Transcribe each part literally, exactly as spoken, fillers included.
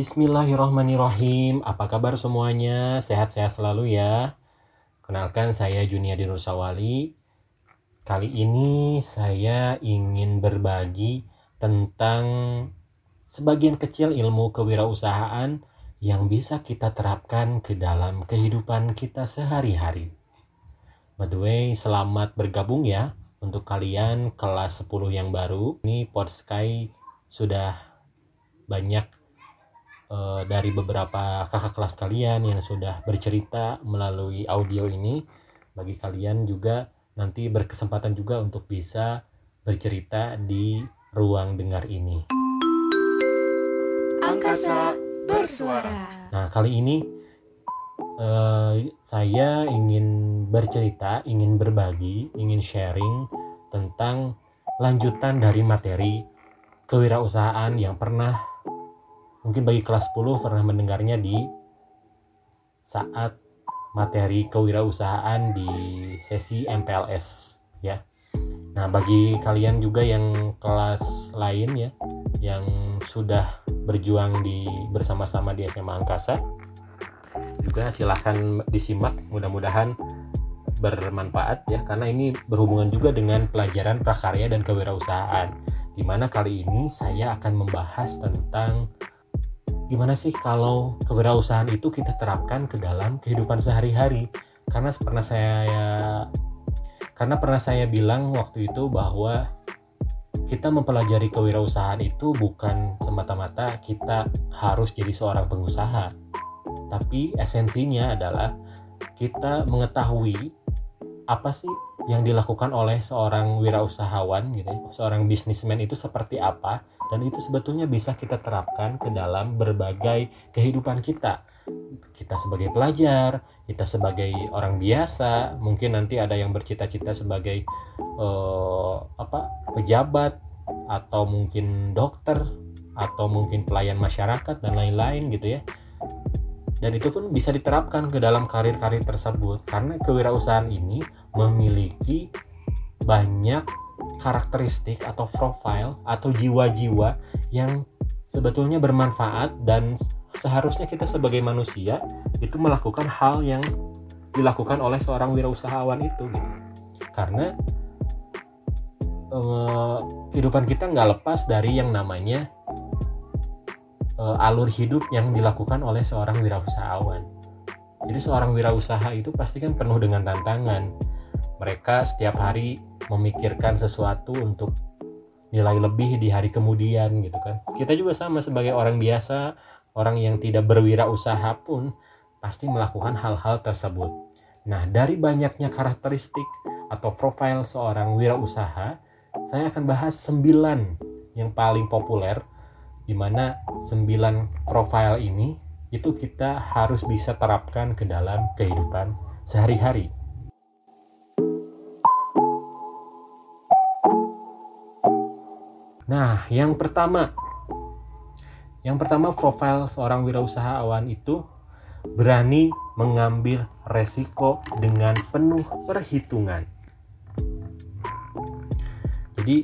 Bismillahirrahmanirrahim. Apa kabar semuanya? Sehat-sehat selalu ya. Kenalkan, saya Juniadi Nursawali. Kali ini saya ingin berbagi tentang sebagian kecil ilmu kewirausahaan yang bisa kita terapkan ke dalam kehidupan kita sehari-hari. By the way, selamat bergabung ya untuk kalian kelas sepuluh yang baru. Ini Podsky sudah banyak uh, dari beberapa kakak kelas kalian yang sudah bercerita melalui audio ini. Bagi kalian juga nanti berkesempatan juga untuk bisa bercerita di ruang dengar ini. Angkasa Bersuara. Nah, kali ini uh, saya ingin bercerita, ingin berbagi, ingin sharing tentang lanjutan dari materi kewirausahaan yang pernah, mungkin bagi kelas sepuluh pernah mendengarnya di saat materi kewirausahaan di sesi M P L S ya. Nah, bagi kalian juga yang kelas lain ya, yang sudah berjuang di bersama-sama di S M A Angkasa, juga silahkan disimak, mudah-mudahan bermanfaat ya, karena ini berhubungan juga dengan pelajaran prakarya dan kewirausahaan, di mana kali ini saya akan membahas tentang gimana sih kalau kewirausahaan itu kita terapkan ke dalam kehidupan sehari-hari. Karena pernah saya karena pernah saya bilang waktu itu bahwa kita mempelajari kewirausahaan itu bukan semata-mata kita harus jadi seorang pengusaha, tapi esensinya adalah kita mengetahui apa sih yang dilakukan oleh seorang wirausahawan gitu ya, seorang bisnismen itu seperti apa, dan itu sebetulnya bisa kita terapkan ke dalam berbagai kehidupan kita. Kita sebagai pelajar, kita sebagai orang biasa, mungkin nanti ada yang bercita-cita sebagai uh, apa pejabat, atau mungkin dokter, atau mungkin pelayan masyarakat dan lain-lain gitu ya. Dan itu pun bisa diterapkan ke dalam karir-karir tersebut, karena kewirausahaan ini memiliki banyak karakteristik atau profil atau jiwa-jiwa yang sebetulnya bermanfaat, dan seharusnya kita sebagai manusia itu melakukan hal yang dilakukan oleh seorang wirausahawan itu gitu. Karena eh, kehidupan kita nggak lepas dari yang namanya uh, alur hidup yang dilakukan oleh seorang wirausahawan. Jadi seorang wirausaha itu pasti kan penuh dengan tantangan. Mereka setiap hari memikirkan sesuatu untuk nilai lebih di hari kemudian gitu kan. Kita juga sama sebagai orang biasa, orang yang tidak berwirausaha pun pasti melakukan hal-hal tersebut. Nah, dari banyaknya karakteristik atau profil seorang wirausaha, saya akan bahas sembilan yang paling populer, di mana sembilan profil ini itu kita harus bisa terapkan ke dalam kehidupan sehari-hari. Nah, yang pertama, yang pertama profil seorang wirausahawan itu berani mengambil resiko dengan penuh perhitungan. Jadi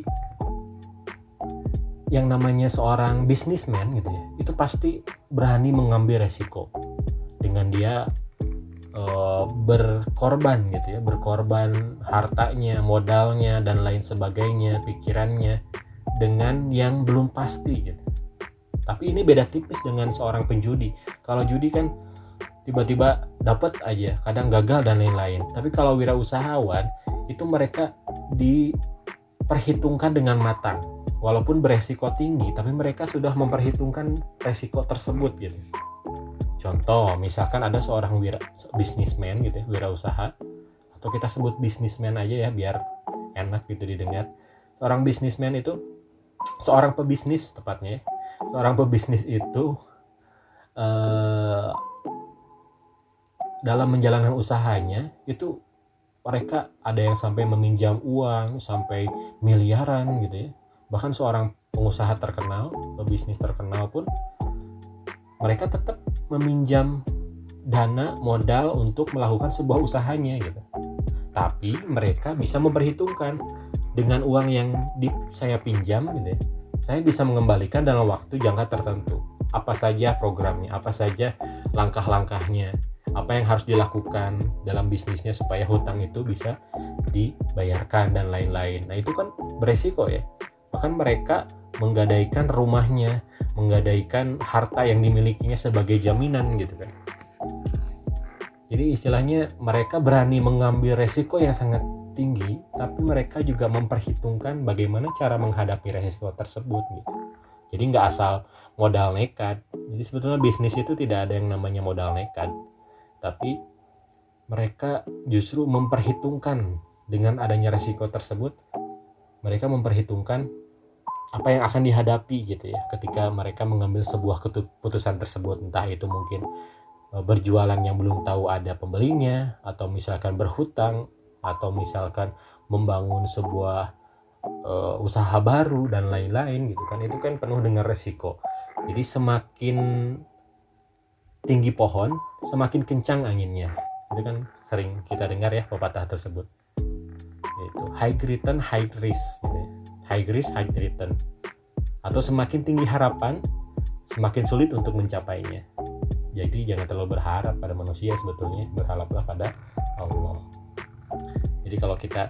yang namanya seorang bisnismen gitu ya, itu pasti berani mengambil resiko dengan dia e, berkorban gitu ya, berkorban hartanya, modalnya dan lain sebagainya, pikirannya dengan yang belum pasti gitu. Tapi ini beda tipis dengan seorang penjudi. Kalau judi kan tiba-tiba dapat aja, kadang gagal dan lain-lain. Tapi kalau wirausahawan itu mereka diperhitungkan dengan matang. Walaupun beresiko tinggi, tapi mereka sudah memperhitungkan resiko tersebut gitu. Contoh, misalkan ada seorang wira, bisnismen gitu ya, wirausaha, atau kita sebut bisnismen aja ya biar enak gitu didengar. Seorang bisnismen itu, seorang pebisnis tepatnya ya, seorang pebisnis itu eh, dalam menjalankan usahanya itu mereka ada yang sampai meminjam uang sampai miliaran gitu ya. Bahkan seorang pengusaha terkenal, pebisnis terkenal pun mereka tetap meminjam dana modal untuk melakukan sebuah usahanya gitu. Tapi mereka bisa memperhitungkan dengan uang yang di, saya pinjam gitu ya, saya bisa mengembalikan dalam waktu jangka tertentu. apa saja programnya, apa saja langkah-langkahnya, apa yang harus dilakukan dalam bisnisnya supaya hutang itu bisa dibayarkan dan lain-lain. Nah itu kan beresiko ya. Bahkan mereka menggadaikan rumahnya, menggadaikan harta yang dimilikinya sebagai jaminan gitu kan. Jadi istilahnya mereka berani mengambil resiko yang sangat tinggi, tapi mereka juga memperhitungkan bagaimana cara menghadapi resiko tersebut gitu. Jadi nggak asal modal nekat. Jadi sebetulnya bisnis itu tidak ada yang namanya modal nekat, tapi mereka justru memperhitungkan dengan adanya resiko tersebut. Mereka memperhitungkan apa yang akan dihadapi gitu ya ketika mereka mengambil sebuah keputusan tersebut, entah itu mungkin berjualan yang belum tahu ada pembelinya, atau misalkan berhutang, atau misalkan membangun sebuah uh, usaha baru dan lain-lain gitu kan. Itu kan penuh dengan resiko. Jadi semakin tinggi pohon semakin kencang anginnya. Itu kan sering kita dengar ya pepatah tersebut. Yaitu high return high risk gitu ya. High risk high return. Atau semakin tinggi harapan semakin sulit untuk mencapainya. Jadi jangan terlalu berharap pada manusia, sebetulnya berharaplah pada Allah. Jadi kalau kita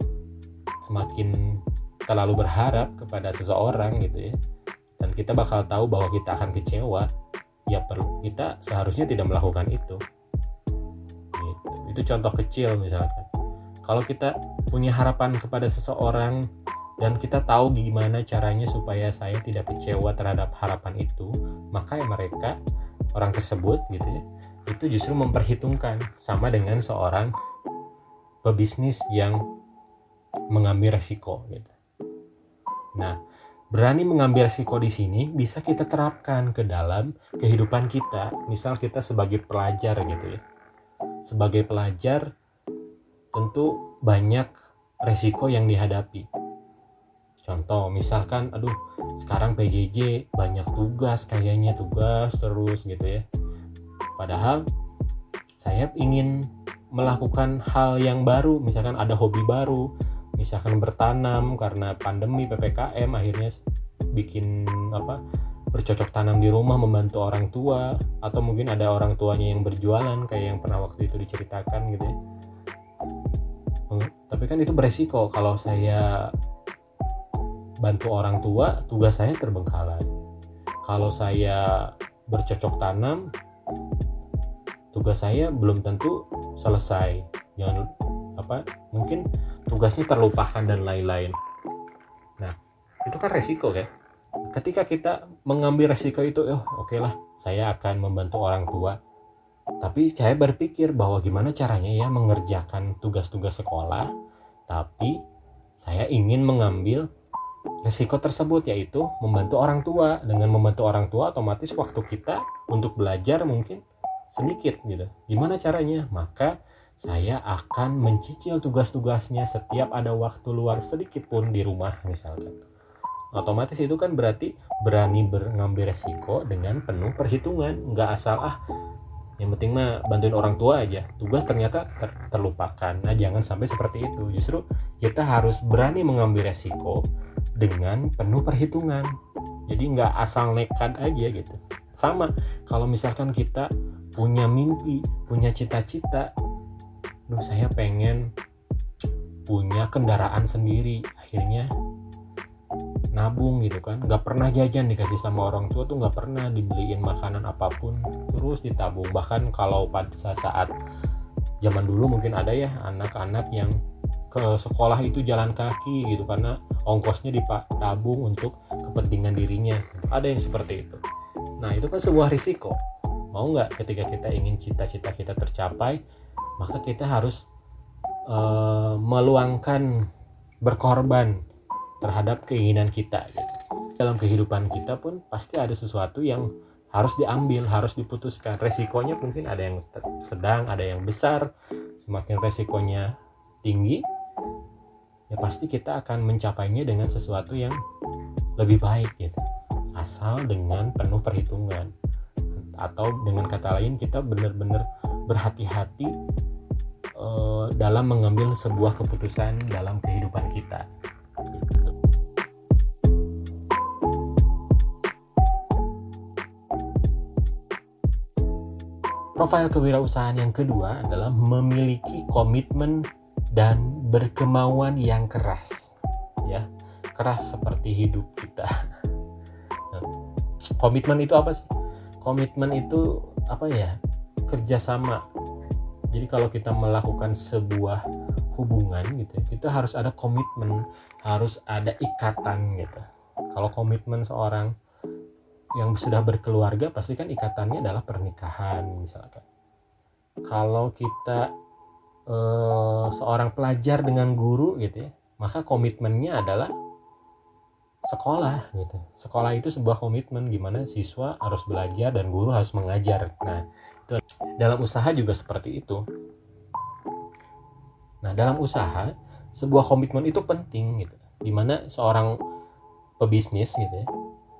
semakin terlalu berharap kepada seseorang gitu ya, dan kita bakal tahu bahwa kita akan kecewa, ya perlu kita seharusnya tidak melakukan itu. Gitu. Itu contoh kecil misalkan. Kalau kita punya harapan kepada seseorang dan kita tahu gimana caranya supaya saya tidak kecewa terhadap harapan itu, maka ya mereka orang tersebut gitu ya, itu justru memperhitungkan, sama dengan seorang pebisnis yang mengambil resiko gitu. Nah, berani mengambil resiko di sini bisa kita terapkan ke dalam kehidupan kita. Misal kita sebagai pelajar gitu ya. Sebagai pelajar tentu banyak resiko yang dihadapi. Contoh, misalkan aduh sekarang P J J banyak tugas, kayaknya tugas terus gitu ya. Padahal saya ingin melakukan hal yang baru, misalkan ada hobi baru, misalkan bertanam karena pandemi P P K M akhirnya bikin apa bercocok tanam di rumah membantu orang tua, atau mungkin ada orang tuanya yang berjualan kayak yang pernah waktu itu diceritakan gitu ya. Hmm, tapi kan itu beresiko. Kalau saya bantu orang tua, tugas saya terbengkalai. Kalau saya bercocok tanam, tugas saya belum tentu selesai. Jangan apa, mungkin tugasnya terlupakan dan lain-lain. Nah, itu kan resiko kan. Ketika kita mengambil resiko itu, oh oke okay lah, saya akan membantu orang tua. Tapi saya berpikir bahwa gimana caranya ya mengerjakan tugas-tugas sekolah, tapi saya ingin mengambil resiko tersebut, yaitu membantu orang tua. Dengan membantu orang tua otomatis waktu kita untuk belajar mungkin sedikit gitu. Gimana caranya? Maka saya akan mencicil tugas-tugasnya setiap ada waktu luar sedikit pun di rumah misalkan. Otomatis itu kan berarti berani mengambil resiko dengan penuh perhitungan. Nggak asal ah yang penting mah bantuin orang tua aja, tugas ternyata ter- terlupakan. Nah jangan sampai seperti itu. Justru kita harus berani mengambil resiko dengan penuh perhitungan. Jadi nggak asal nekat aja gitu. Sama kalau misalkan kita punya mimpi, punya cita-cita, duh saya pengen punya kendaraan sendiri, akhirnya nabung gitu kan, nggak pernah jajan dikasih sama orang tua tuh, nggak pernah dibeliin makanan apapun, terus ditabung. Bahkan kalau pada saat zaman dulu mungkin ada ya anak-anak yang ke sekolah itu jalan kaki gitu karena ongkosnya ditabung untuk kepentingan dirinya. Ada yang seperti itu. Nah itu kan sebuah risiko. Mau nggak ketika kita ingin cita-cita kita tercapai, maka kita harus uh, meluangkan, berkorban terhadap keinginan kita gitu. Dalam kehidupan kita pun pasti ada sesuatu yang harus diambil, harus diputuskan. Resikonya mungkin ada yang sedang, ada yang besar. Semakin resikonya tinggi, ya pasti kita akan mencapainya dengan sesuatu yang lebih baik gitu. Asal dengan penuh perhitungan. Atau dengan kata lain kita benar-benar berhati-hati uh, dalam mengambil sebuah keputusan dalam kehidupan kita. Gitu. Profil kewirausahaan yang kedua adalah memiliki komitmen dan berkemauan yang keras, ya, keras seperti hidup kita. Nah, komitmen itu apa sih? Komitmen itu apa ya? Kerjasama. Jadi kalau kita melakukan sebuah hubungan gitu, kita harus ada komitmen, harus ada ikatan gitu. Kalau komitmen seorang yang sudah berkeluarga, pasti kan ikatannya adalah pernikahan misalkan. Kalau kita eh, seorang pelajar dengan guru gitu ya, maka komitmennya adalah sekolah gitu. Sekolah itu sebuah komitmen, gimana siswa harus belajar dan guru harus mengajar. Nah, itu dalam usaha juga seperti itu. Nah, dalam usaha sebuah komitmen itu penting gitu. Dimana seorang pebisnis gitu ya,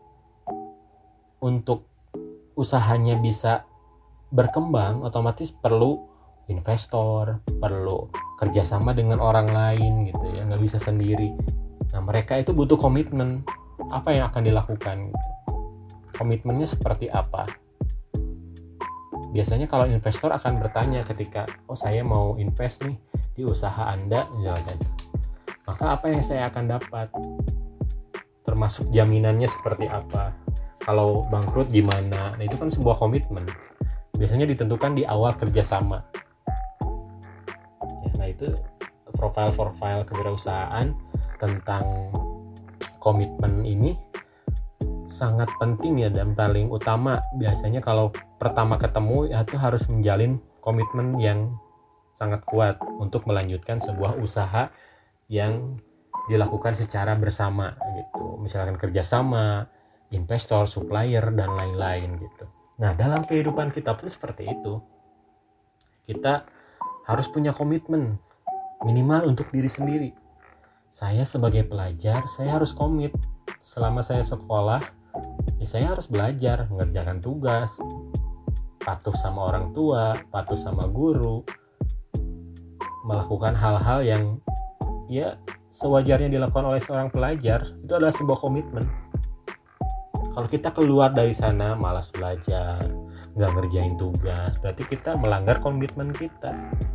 untuk usahanya bisa berkembang, otomatis perlu investor, perlu kerjasama dengan orang lain gitu ya, nggak bisa sendiri. Nah, mereka itu butuh komitmen. Apa yang akan dilakukan gitu. Komitmennya seperti apa? Biasanya kalau investor akan bertanya ketika, oh saya mau invest nih di usaha Anda misalkan, maka apa yang saya akan dapat? Termasuk jaminannya seperti apa? Kalau bangkrut gimana? Nah, itu kan sebuah komitmen. Biasanya ditentukan di awal kerjasama. Ya, nah, itu profil-profil kewirausahaan tentang komitmen ini sangat penting ya, dan paling utama biasanya kalau pertama ketemu ya itu harus menjalin komitmen yang sangat kuat untuk melanjutkan sebuah usaha yang dilakukan secara bersama gitu. Misalkan kerjasama, investor, supplier, dan lain-lain gitu. Nah, dalam kehidupan kita pun seperti itu. Kita harus punya komitmen minimal untuk diri sendiri. Saya sebagai pelajar, saya harus komit. Selama saya sekolah, ya saya harus belajar, mengerjakan tugas, patuh sama orang tua, patuh sama guru, melakukan hal-hal yang ya sewajarnya dilakukan oleh seorang pelajar. Itu adalah sebuah komitmen. Kalau kita keluar dari sana malas belajar, nggak ngerjain tugas, berarti kita melanggar komitmen kita.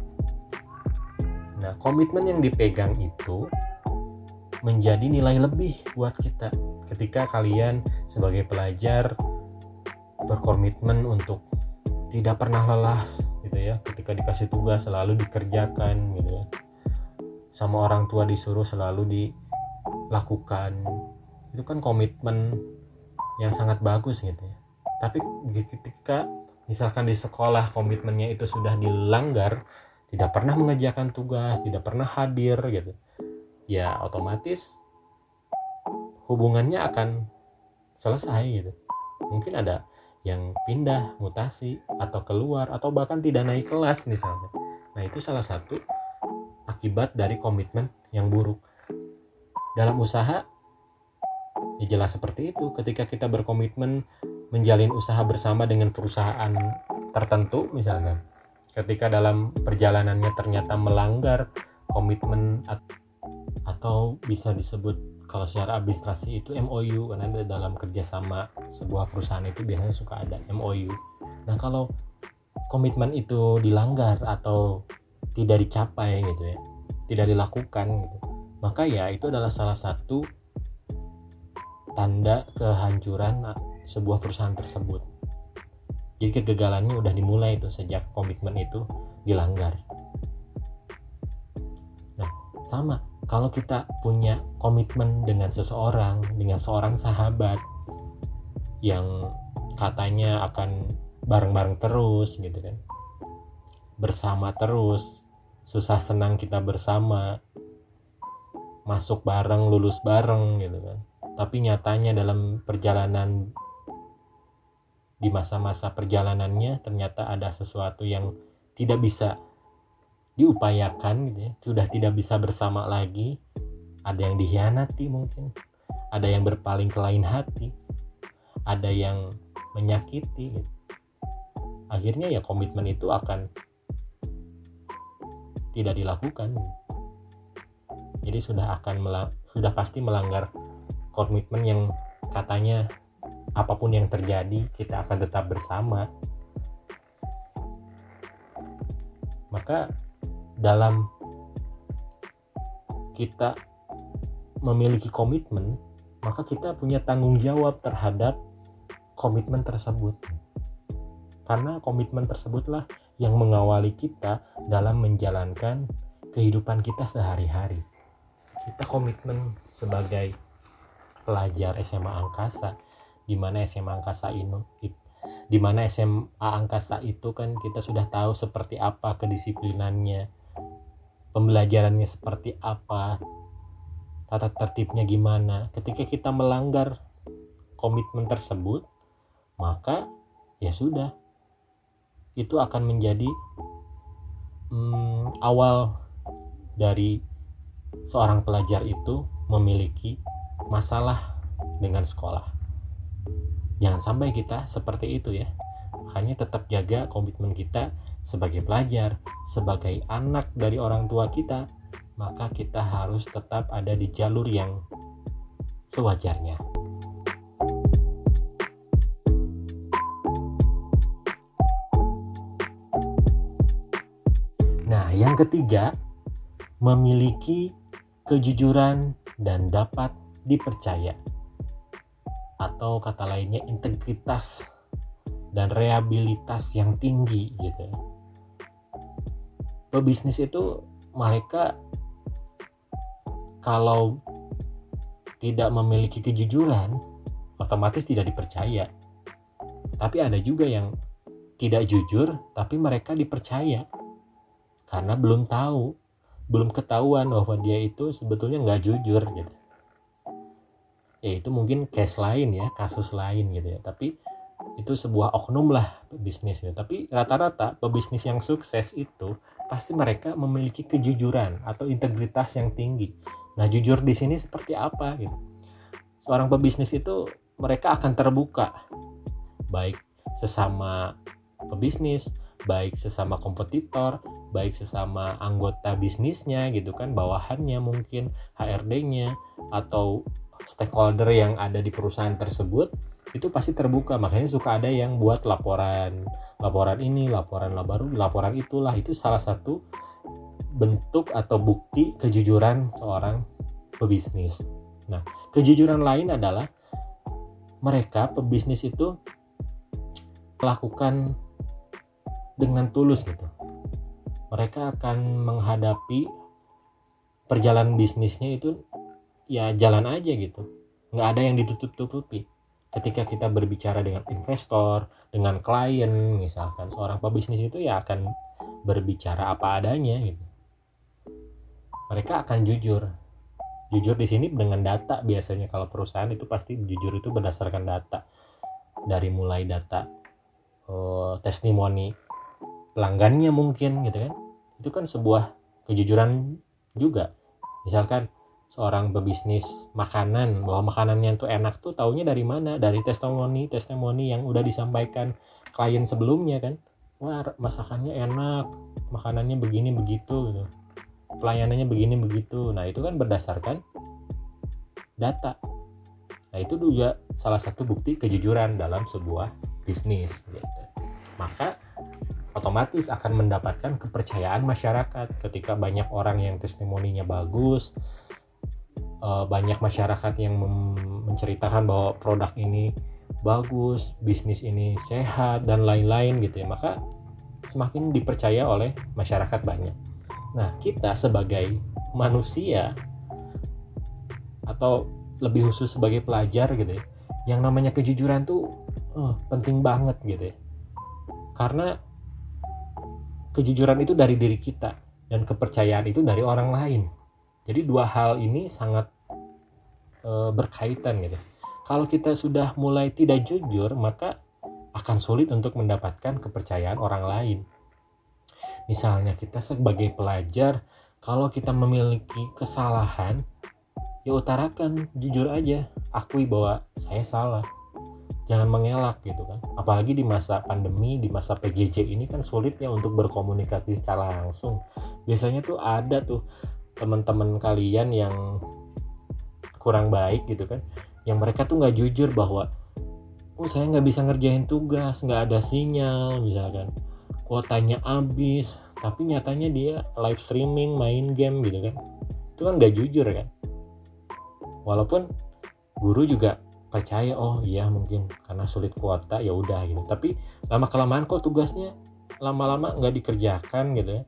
Nah, komitmen yang dipegang itu menjadi nilai lebih buat kita. Ketika kalian sebagai pelajar berkomitmen untuk tidak pernah lelah gitu ya, ketika dikasih tugas selalu dikerjakan gitu ya, sama orang tua disuruh selalu dilakukan, itu kan komitmen yang sangat bagus gitu ya. Tapi ketika misalkan di sekolah komitmennya itu sudah dilanggar, tidak pernah mengerjakan tugas, tidak pernah hadir gitu, ya otomatis hubungannya akan selesai gitu. Mungkin ada yang pindah, mutasi, atau keluar, atau bahkan tidak naik kelas misalnya. Nah, itu salah satu akibat dari komitmen yang buruk. Dalam usaha ya jelas seperti itu. Ketika kita berkomitmen menjalin usaha bersama dengan perusahaan tertentu misalnya, ketika dalam perjalanannya ternyata melanggar komitmen atau bisa disebut kalau secara administrasi itu M O U, karena dalam kerjasama sebuah perusahaan itu biasanya suka ada M O U. Nah, kalau komitmen itu dilanggar atau tidak dicapai gitu ya, tidak dilakukan gitu, maka ya itu adalah salah satu tanda kehancuran sebuah perusahaan tersebut. Jadi kegagalannya udah dimulai itu sejak komitmen itu dilanggar. Nah, sama kalau kita punya komitmen dengan seseorang, dengan seorang sahabat yang katanya akan bareng-bareng terus gitu kan, bersama terus, susah senang kita bersama, masuk bareng, lulus bareng gitu kan. Tapi nyatanya dalam perjalanan, di masa-masa perjalanannya ternyata ada sesuatu yang tidak bisa diupayakan gitu ya, sudah tidak bisa bersama lagi. Ada yang dikhianati mungkin, ada yang berpaling ke lain hati, ada yang menyakiti gitu. Akhirnya ya komitmen itu akan tidak dilakukan. Jadi sudah akan melang- sudah pasti melanggar komitmen yang katanya apapun yang terjadi kita akan tetap bersama. Maka dalam kita memiliki komitmen, maka kita punya tanggung jawab terhadap komitmen tersebut. Karena komitmen tersebutlah yang mengawali kita dalam menjalankan kehidupan kita sehari-hari. Kita komitmen sebagai pelajar S M A Angkasa, di mana S M A Angkasa ini, di mana S M A Angkasa itu kan kita sudah tahu seperti apa kedisiplinannya, pembelajarannya seperti apa, tata tertibnya gimana. Ketika kita melanggar komitmen tersebut, maka ya sudah, itu akan menjadi hmm, awal dari seorang pelajar itu memiliki masalah dengan sekolah. Jangan sampai kita seperti itu ya. Makanya tetap jaga komitmen kita sebagai pelajar, sebagai anak dari orang tua kita. Maka kita harus tetap ada di jalur yang sewajarnya. Nah, yang ketiga, memiliki kejujuran dan dapat dipercaya. Atau kata lainnya integritas dan reliabilitas yang tinggi gitu. Pebisnis itu mereka kalau tidak memiliki kejujuran, otomatis tidak dipercaya. Tapi ada juga yang tidak jujur, tapi mereka dipercaya. Karena belum tahu, belum ketahuan bahwa dia itu sebetulnya nggak jujur gitu. Ya itu mungkin case lain ya, kasus lain gitu ya. Tapi itu sebuah oknum lah bisnis ya. Tapi rata-rata pebisnis yang sukses itu pasti mereka memiliki kejujuran atau integritas yang tinggi. Nah, jujur di sini seperti apa gitu? Seorang pebisnis itu mereka akan terbuka, baik sesama pebisnis, baik sesama kompetitor, baik sesama anggota bisnisnya gitu kan, bawahannya mungkin, H R D-nya atau stakeholder yang ada di perusahaan tersebut, itu pasti terbuka. Makanya suka ada yang buat laporan, laporan ini, laporan baru, laporan itulah. Itu salah satu bentuk atau bukti kejujuran seorang pebisnis. Nah, kejujuran lain adalah mereka pebisnis itu melakukan dengan tulus gitu. Mereka akan menghadapi perjalanan bisnisnya itu ya jalan aja gitu. Nggak ada yang ditutup-tutupi. Ketika kita berbicara dengan investor, dengan klien, misalkan seorang pebisnis itu ya akan berbicara apa adanya gitu. Mereka akan jujur. Jujur di sini dengan data biasanya. Kalau perusahaan itu pasti jujur itu berdasarkan data. Dari mulai data oh, testimoni pelanggannya mungkin gitu kan. Itu kan sebuah kejujuran juga. Misalkan seorang pebisnis makanan, bahwa makanannya tuh enak tuh taunya dari mana? Dari testimoni testimoni yang udah disampaikan klien sebelumnya kan. Wah, masakannya enak, makanannya begini begitu gitu. Pelayanannya begini begitu. Nah, itu kan berdasarkan data. Nah, itu juga salah satu bukti kejujuran dalam sebuah bisnis gitu. Maka otomatis akan mendapatkan kepercayaan masyarakat ketika banyak orang yang testimoninya bagus, banyak masyarakat yang mem- menceritakan bahwa produk ini bagus, bisnis ini sehat dan lain-lain gitu ya. Maka semakin dipercaya oleh masyarakat banyak. Nah, kita sebagai manusia atau lebih khusus sebagai pelajar gitu ya, yang namanya kejujuran tuh oh, penting banget gitu ya. Karena kejujuran itu dari diri kita dan kepercayaan itu dari orang lain. Jadi dua hal ini sangat e, berkaitan gitu. Kalau kita sudah mulai tidak jujur, maka akan sulit untuk mendapatkan kepercayaan orang lain. Misalnya kita sebagai pelajar, kalau kita memiliki kesalahan, ya utarakan, jujur aja, akui bahwa saya salah. Jangan mengelak gitu kan. Apalagi di masa pandemi, di masa P G J ini kan sulit ya untuk berkomunikasi secara langsung. Biasanya tuh ada tuh teman-teman kalian yang kurang baik gitu kan, yang mereka tuh nggak jujur bahwa oh saya nggak bisa ngerjain tugas, nggak ada sinyal misalkan, kuotanya habis, tapi nyatanya dia live streaming main game gitu kan. Itu kan gak jujur kan. Walaupun guru juga percaya, oh iya mungkin karena sulit kuota ya udah gitu, tapi lama kelamaan kok tugasnya lama-lama nggak dikerjakan gitu ya.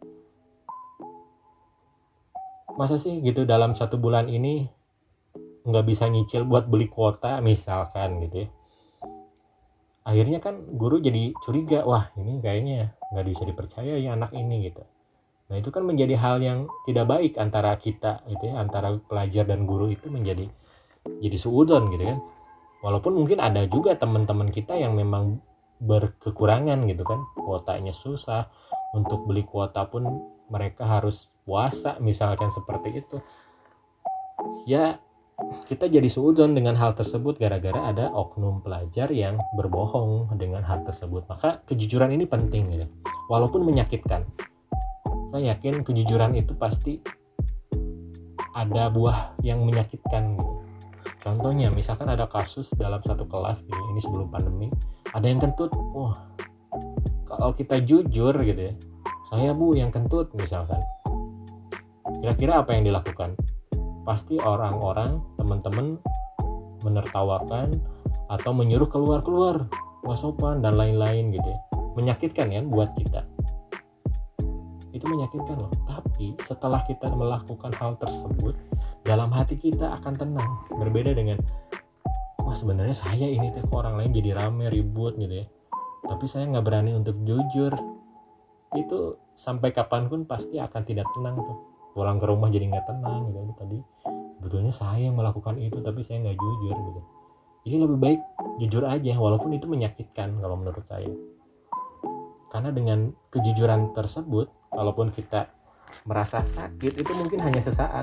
Masa sih gitu dalam satu bulan ini nggak bisa nyicil buat beli kuota misalkan gitu ya. Akhirnya kan guru jadi curiga, wah ini kayaknya nggak bisa dipercaya ya anak ini gitu. Nah itu kan menjadi hal yang tidak baik antara kita gitu ya, antara pelajar dan guru itu menjadi jadi suudzon gitu kan. Walaupun mungkin ada juga teman-teman kita yang memang berkekurangan gitu kan, kuotanya susah, untuk beli kuota pun mereka harus puasa misalkan seperti itu. Ya kita jadi suudzon dengan hal tersebut gara-gara ada oknum pelajar yang berbohong dengan hal tersebut. Maka kejujuran ini penting gitu. Walaupun menyakitkan. Saya yakin kejujuran itu pasti ada buah yang menyakitkan gitu. Contohnya misalkan ada kasus dalam satu kelas gini, ini sebelum pandemi, ada yang kentut. Wah, kalau kita jujur gitu ya, saya bu yang kentut misalkan, kira-kira apa yang dilakukan? Pasti orang-orang, teman-teman menertawakan atau menyuruh keluar-keluar, wah sopan dan lain-lain gitu ya. Menyakitkan kan buat kita. Itu menyakitkan loh. Tapi setelah kita melakukan hal tersebut, dalam hati kita akan tenang. Berbeda dengan, wah sebenarnya saya ini tuh ke orang lain jadi rame ribut gitu ya, tapi saya nggak berani untuk jujur. Itu sampai kapanpun pasti akan tidak tenang tuh. Pulang ke rumah jadi nggak tenang gitu. Tadi sebetulnya saya yang melakukan itu tapi saya nggak jujur gitu. Jadi lebih baik jujur aja walaupun itu menyakitkan kalau menurut saya. Karena dengan kejujuran tersebut, kalaupun kita merasa sakit itu mungkin hanya sesaat,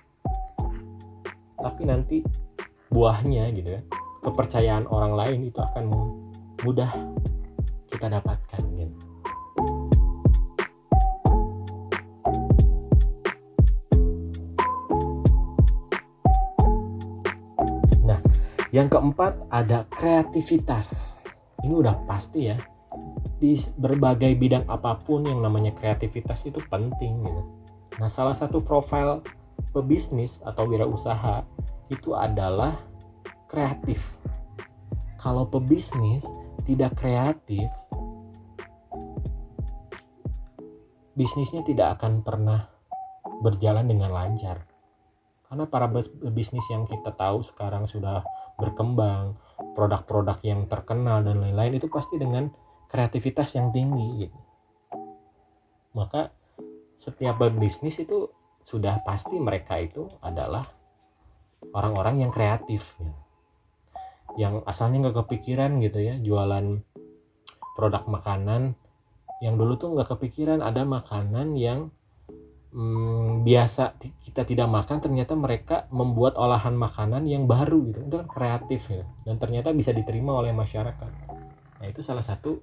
tapi nanti buahnya gitu ya, kepercayaan orang lain itu akan mudah kita dapatkan gitu. Yang keempat ada kreativitas. Ini udah pasti ya. Di berbagai bidang apapun yang namanya kreativitas itu penting gitu. Nah, salah satu profil pebisnis atau wirausaha itu adalah kreatif. Kalau pebisnis tidak kreatif, bisnisnya tidak akan pernah berjalan dengan lancar. Karena para bisnis yang kita tahu sekarang sudah berkembang, produk-produk yang terkenal dan lain-lain itu pasti dengan kreativitas yang tinggi gitu. Maka setiap bisnis itu sudah pasti mereka itu adalah orang-orang yang kreatif gitu. Yang asalnya gak kepikiran gitu ya, jualan produk makanan yang dulu tuh gak kepikiran ada makanan yang Hmm, biasa kita tidak makan, ternyata mereka membuat olahan makanan yang baru gitu. Itu kan kreatif ya, dan ternyata bisa diterima oleh masyarakat. Nah itu salah satu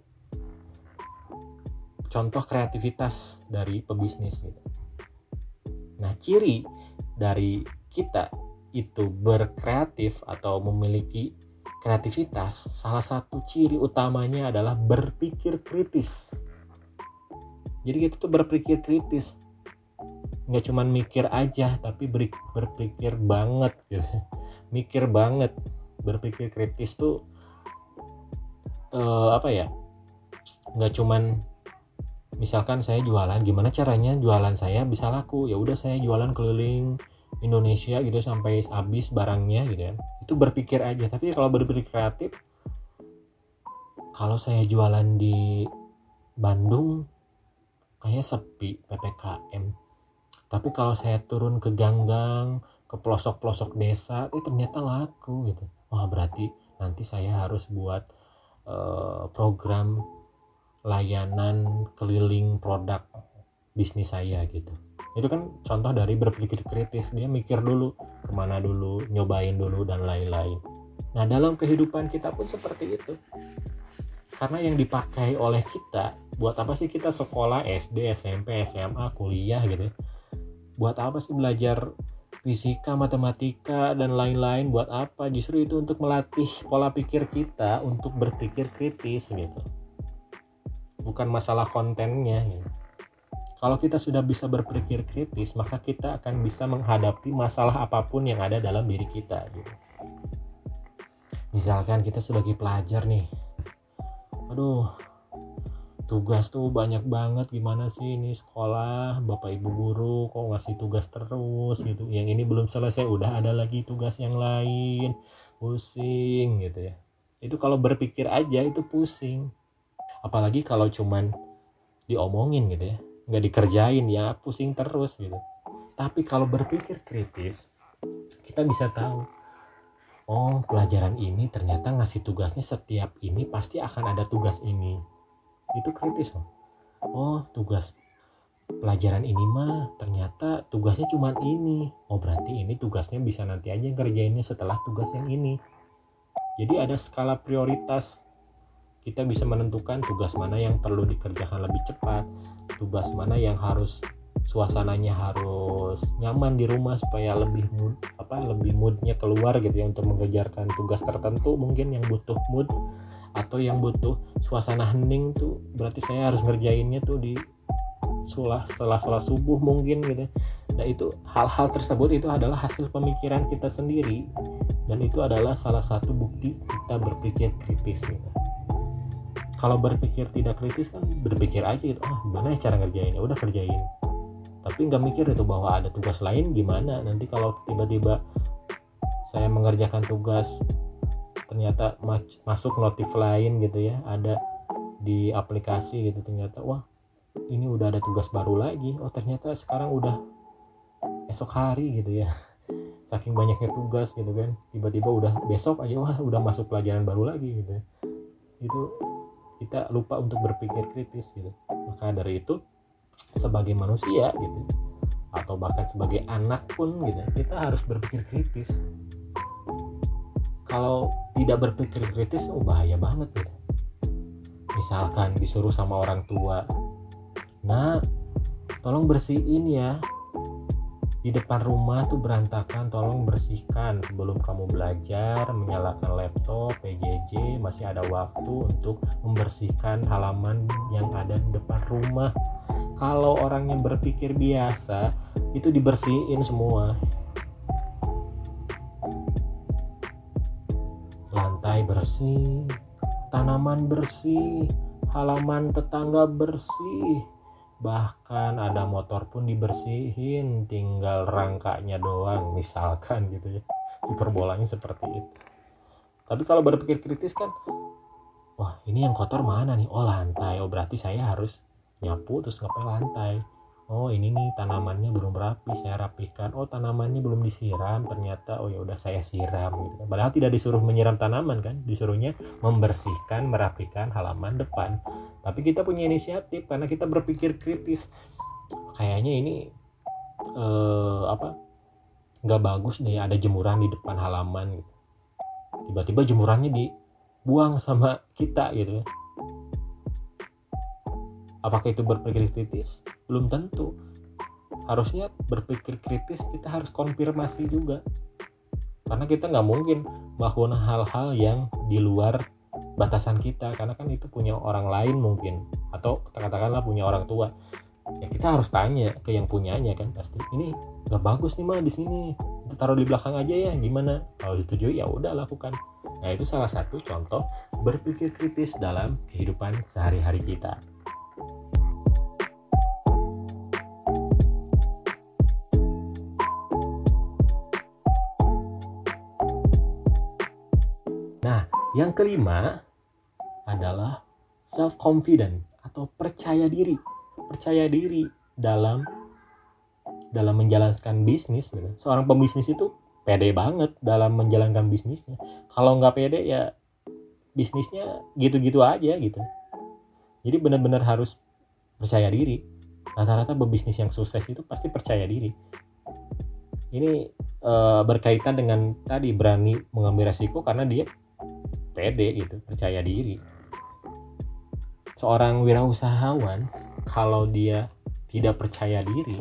contoh kreativitas dari pebisnis gitu. Nah ciri dari kita itu berkreatif atau memiliki kreativitas, salah satu ciri utamanya adalah berpikir kritis. Jadi kita tuh berpikir kritis, nggak cuman mikir aja tapi ber, berpikir banget gitu. Mikir banget. Berpikir kritis tuh uh, apa ya, nggak cuman misalkan saya jualan, gimana caranya jualan saya bisa laku, ya udah saya jualan keliling Indonesia gitu sampai habis barangnya gitu kan. Itu berpikir aja. Tapi kalau berpikir kreatif, kalau saya jualan di Bandung kayaknya sepi P P K M, tapi kalau saya turun ke ganggang, ke pelosok-pelosok desa, eh ternyata laku gitu. Wah berarti nanti saya harus buat uh, program layanan keliling produk bisnis saya gitu. Itu kan contoh dari berpikir kritis. Dia mikir dulu, kemana dulu, nyobain dulu dan lain-lain. Nah dalam kehidupan kita pun seperti itu. Karena yang dipakai oleh kita, buat apa sih kita sekolah S D, S M P, S M A, kuliah gitu ya? Buat apa sih belajar fisika, matematika, dan lain-lain? Buat apa? Justru itu untuk melatih pola pikir kita untuk berpikir kritis gitu. Bukan masalah kontennya gitu. Kalau kita sudah bisa berpikir kritis, maka kita akan bisa menghadapi masalah apapun yang ada dalam diri kita gitu. Misalkan kita sebagai pelajar nih, aduh, tugas tuh banyak banget, gimana sih ini sekolah, bapak ibu guru kok ngasih tugas terus gitu, yang ini belum selesai udah ada lagi tugas yang lain, pusing gitu ya. Itu kalau berpikir aja itu pusing, apalagi kalau cuman diomongin gitu ya, nggak dikerjain ya pusing terus gitu. Tapi kalau berpikir kritis, kita bisa tahu, oh pelajaran ini ternyata ngasih tugasnya setiap ini pasti akan ada tugas ini. Itu kritis loh. Oh tugas pelajaran ini mah ternyata tugasnya cuma ini. Oh berarti ini tugasnya bisa nanti aja ngerjainnya setelah tugas yang ini. Jadi ada skala prioritas. Kita bisa menentukan tugas mana yang perlu dikerjakan lebih cepat, tugas mana yang harus suasananya harus nyaman di rumah supaya lebih mood, apa lebih moodnya keluar gitu ya untuk mengerjakan tugas tertentu mungkin yang butuh mood, atau yang butuh suasana hening tuh berarti saya harus ngerjainnya tuh di setelah setelah sholat subuh mungkin gitu. Nah itu hal-hal tersebut itu adalah hasil pemikiran kita sendiri, dan itu adalah salah satu bukti kita berpikir kritis gitu. Kalau berpikir tidak kritis kan berpikir aja gitu, ah gimana ya cara ngerjainnya, udah kerjain, tapi nggak mikir itu bahwa ada tugas lain gimana nanti kalau tiba-tiba saya mengerjakan tugas ternyata masuk notif lain gitu ya, ada di aplikasi gitu, ternyata wah ini udah ada tugas baru lagi, oh ternyata sekarang udah esok hari gitu ya, saking banyaknya tugas gitu kan, tiba-tiba udah besok aja wah udah masuk pelajaran baru lagi gitu. Itu kita lupa untuk berpikir kritis gitu. Maka dari itu sebagai manusia gitu, atau bahkan sebagai anak pun gitu, kita harus berpikir kritis. Kalau tidak berpikir kritis, oh bahaya banget gitu. Misalkan disuruh sama orang tua, nah tolong bersihin ya, di depan rumah tuh berantakan, tolong bersihkan sebelum kamu belajar, menyalakan laptop, P J J, masih ada waktu untuk membersihkan halaman yang ada di depan rumah. Kalau orang yang berpikir biasa, itu dibersihin semua. Lantai bersih, tanaman bersih, halaman tetangga bersih. Bahkan ada motor pun dibersihin, tinggal rangkanya doang misalkan gitu ya, hiperbolanya seperti itu. Tapi kalau berpikir kritis kan, wah ini yang kotor mana nih, oh lantai, oh berarti saya harus nyapu terus ngepel lantai. Oh ini nih tanamannya belum rapi, saya rapikan. Oh tanamannya belum disiram, ternyata oh ya udah saya siram gitu kan. Padahal tidak disuruh menyiram tanaman kan, disuruhnya membersihkan, merapikan halaman depan. Tapi kita punya inisiatif karena kita berpikir kritis. Kayaknya ini eh, apa nggak bagus nih ada jemuran di depan halaman gitu. Tiba-tiba jemurannya dibuang sama kita gitu. Apakah itu berpikir kritis? Belum tentu. Harusnya berpikir kritis kita harus konfirmasi juga. Karena kita nggak mungkin melakukan hal-hal yang di luar batasan kita, karena kan itu punya orang lain mungkin, atau katakanlah punya orang tua. Ya kita harus tanya ke yang punyanya kan pasti. Ini nggak bagus nih mah di sini. Itu taruh di belakang aja ya, gimana? Kalau disetujui ya udah lakukan. Nah itu salah satu contoh berpikir kritis dalam kehidupan sehari-hari kita. Nah, yang kelima adalah self-confident atau percaya diri. Percaya diri dalam dalam menjalankan bisnis gitu. Seorang pembisnis itu pede banget dalam menjalankan bisnisnya. Kalau nggak pede ya bisnisnya gitu-gitu aja gitu. Jadi benar-benar harus percaya diri. Rata-rata pebisnis yang sukses itu pasti percaya diri. Ini e, berkaitan dengan tadi berani mengambil resiko karena dia pede gitu, percaya diri. Seorang wirausahawan kalau dia tidak percaya diri,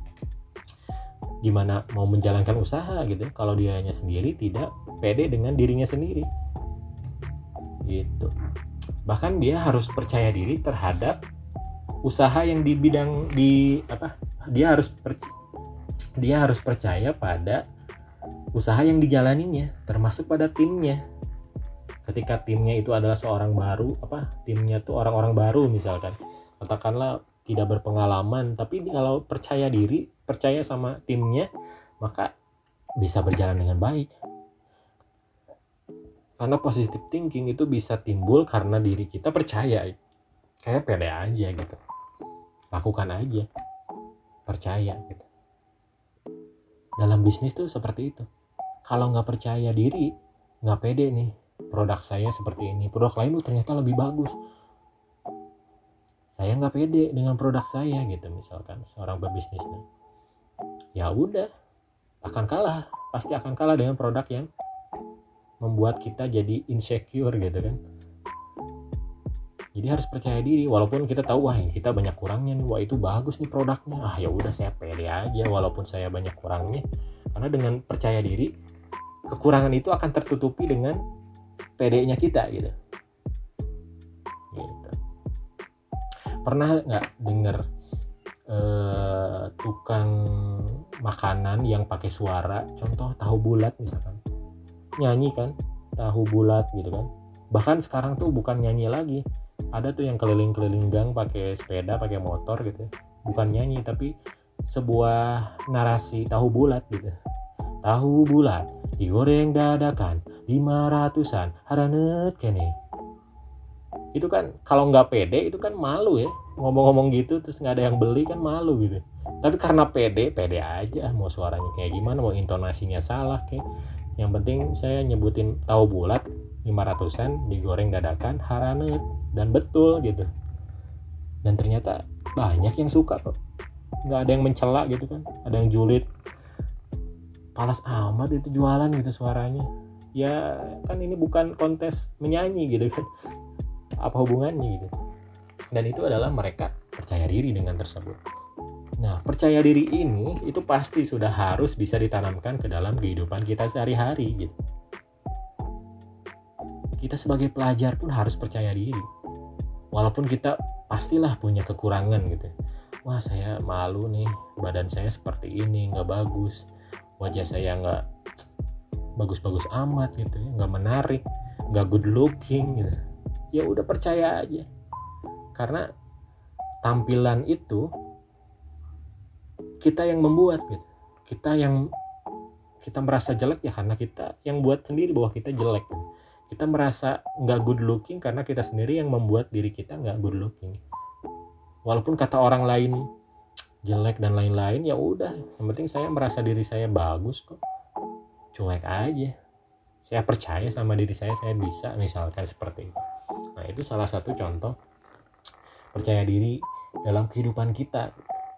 gimana mau menjalankan usaha gitu kalau dia hanya sendiri tidak pede dengan dirinya sendiri gitu. Bahkan dia harus percaya diri terhadap usaha yang di bidang di apa dia harus per, dia harus percaya pada usaha yang dijalaninya, termasuk pada timnya. Ketika timnya itu adalah seorang baru, apa timnya tuh orang-orang baru misalkan, katakanlah tidak berpengalaman, tapi kalau percaya diri, percaya sama timnya, maka bisa berjalan dengan baik. Karena positive thinking itu bisa timbul karena diri kita percaya, kayak pede aja gitu, lakukan aja, percaya gitu. Dalam bisnis tuh seperti itu. Kalau nggak percaya diri, nggak pede nih, produk saya seperti ini, produk lain tuh ternyata lebih bagus, saya nggak pede dengan produk saya gitu, misalkan seorang pebisnis, ya udah akan kalah, pasti akan kalah dengan produk yang membuat kita jadi insecure gitu kan. Jadi harus percaya diri, walaupun kita tahu wah kita banyak kurangnya nih, wah itu bagus nih produknya, ah ya udah saya pede aja walaupun saya banyak kurangnya. Karena dengan percaya diri, kekurangan itu akan tertutupi dengan pedenya kita gitu. Gitu. Pernah nggak dengar eh, tukang makanan yang pakai suara, contoh tahu bulat misalkan, nyanyi kan tahu bulat gitu kan. Bahkan sekarang tuh bukan nyanyi lagi, ada tuh yang keliling-keliling gang pakai sepeda, pakai motor gitu, bukan nyanyi tapi sebuah narasi tahu bulat gitu. Tahu bulat digoreng dadakan lima ratusan haranet kene. Itu kan kalau nggak pede itu kan malu ya, ngomong-ngomong gitu terus nggak ada yang beli kan malu gitu. Tapi karena pede, pede aja, mau suaranya kayak gimana, mau intonasinya salah kayak, yang penting saya nyebutin tahu bulat lima ratusan digoreng dadakan haranet, dan betul gitu. Dan ternyata banyak yang suka kok, nggak ada yang mencela gitu kan, ada yang julid, palas amat itu jualan gitu suaranya. Ya kan ini bukan kontes menyanyi gitu kan, apa hubungannya gitu. Dan itu adalah mereka percaya diri dengan tersebut. Nah, percaya diri ini itu pasti sudah harus bisa ditanamkan ke dalam kehidupan kita sehari-hari gitu. Kita sebagai pelajar pun harus percaya diri. Walaupun kita pastilah punya kekurangan gitu. Wah, saya malu nih, badan saya seperti ini, nggak bagus. Wajah saya nggak bagus-bagus amat gitu ya, nggak menarik, nggak good looking gitu. Ya udah percaya aja. Karena tampilan itu kita yang membuat gitu. Kita yang kita merasa jelek ya karena kita yang buat sendiri bahwa kita jelek gitu. Kita merasa nggak good looking karena kita sendiri yang membuat diri kita nggak good looking. Walaupun kata orang lain jelek dan lain-lain, ya udah, yang penting saya merasa diri saya bagus kok, cuek aja, saya percaya sama diri saya, saya bisa, misalkan seperti itu. Nah, itu salah satu contoh percaya diri dalam kehidupan kita,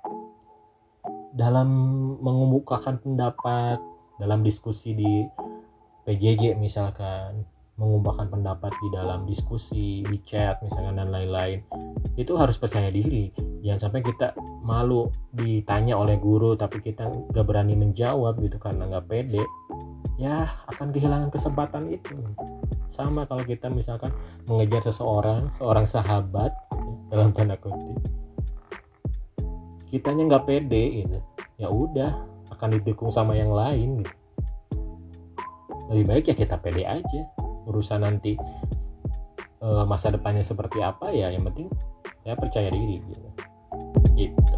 dalam mengemukakan pendapat, dalam diskusi di P J J misalkan, mengungkapkan pendapat di dalam diskusi, di chat misalkan dan lain-lain. Itu harus percaya diri. Jangan sampai kita malu ditanya oleh guru tapi kita gak berani menjawab gitu karena gak pede. Ya akan kehilangan kesempatan itu. Sama kalau kita misalkan mengejar seseorang, seorang sahabat gitu, dalam tanda kutip, kitanya gak pede gitu, ya udah akan didukung sama yang lain gitu. Lebih baik ya kita pede aja. Urusan nanti e, masa depannya seperti apa ya, yang penting saya percaya diri gitu. Gitu.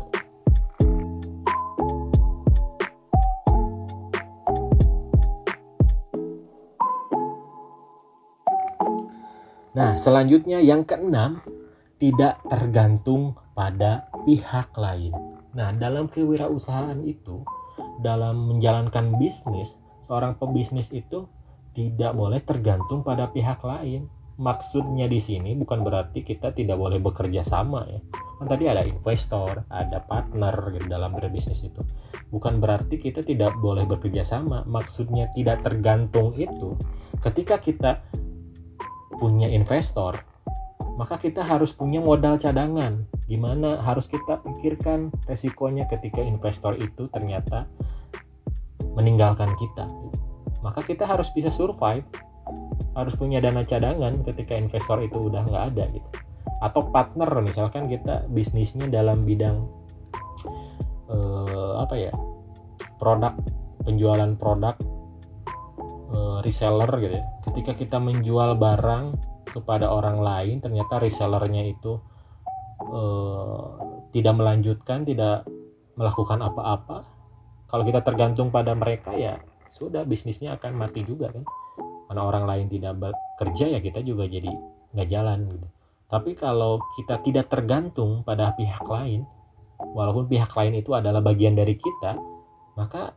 Nah, selanjutnya yang keenam, tidak tergantung pada pihak lain. Nah, dalam kewirausahaan itu, dalam menjalankan bisnis, seorang pebisnis itu tidak boleh tergantung pada pihak lain. Maksudnya di sini bukan berarti kita tidak boleh bekerja sama ya. Kan tadi ada investor, ada partner gitu dalam berbisnis itu. Bukan berarti kita tidak boleh bekerja sama. Maksudnya tidak tergantung itu, ketika kita punya investor, maka kita harus punya modal cadangan. Gimana harus kita pikirkan resikonya ketika investor itu ternyata meninggalkan kita. Maka kita harus bisa survive, harus punya dana cadangan ketika investor itu udah nggak ada gitu. atau partner, misalkan kita bisnisnya dalam bidang eh, apa ya, produk, penjualan produk, eh, reseller gitu ya. Ketika kita menjual barang kepada orang lain, ternyata resellernya itu eh, tidak melanjutkan, tidak melakukan apa-apa, kalau kita tergantung pada mereka ya sudah, bisnisnya akan mati juga kan. Karena orang lain tidak bekerja ya kita juga jadi nggak jalan gitu. Tapi kalau kita tidak tergantung pada pihak lain, walaupun pihak lain itu adalah bagian dari kita, maka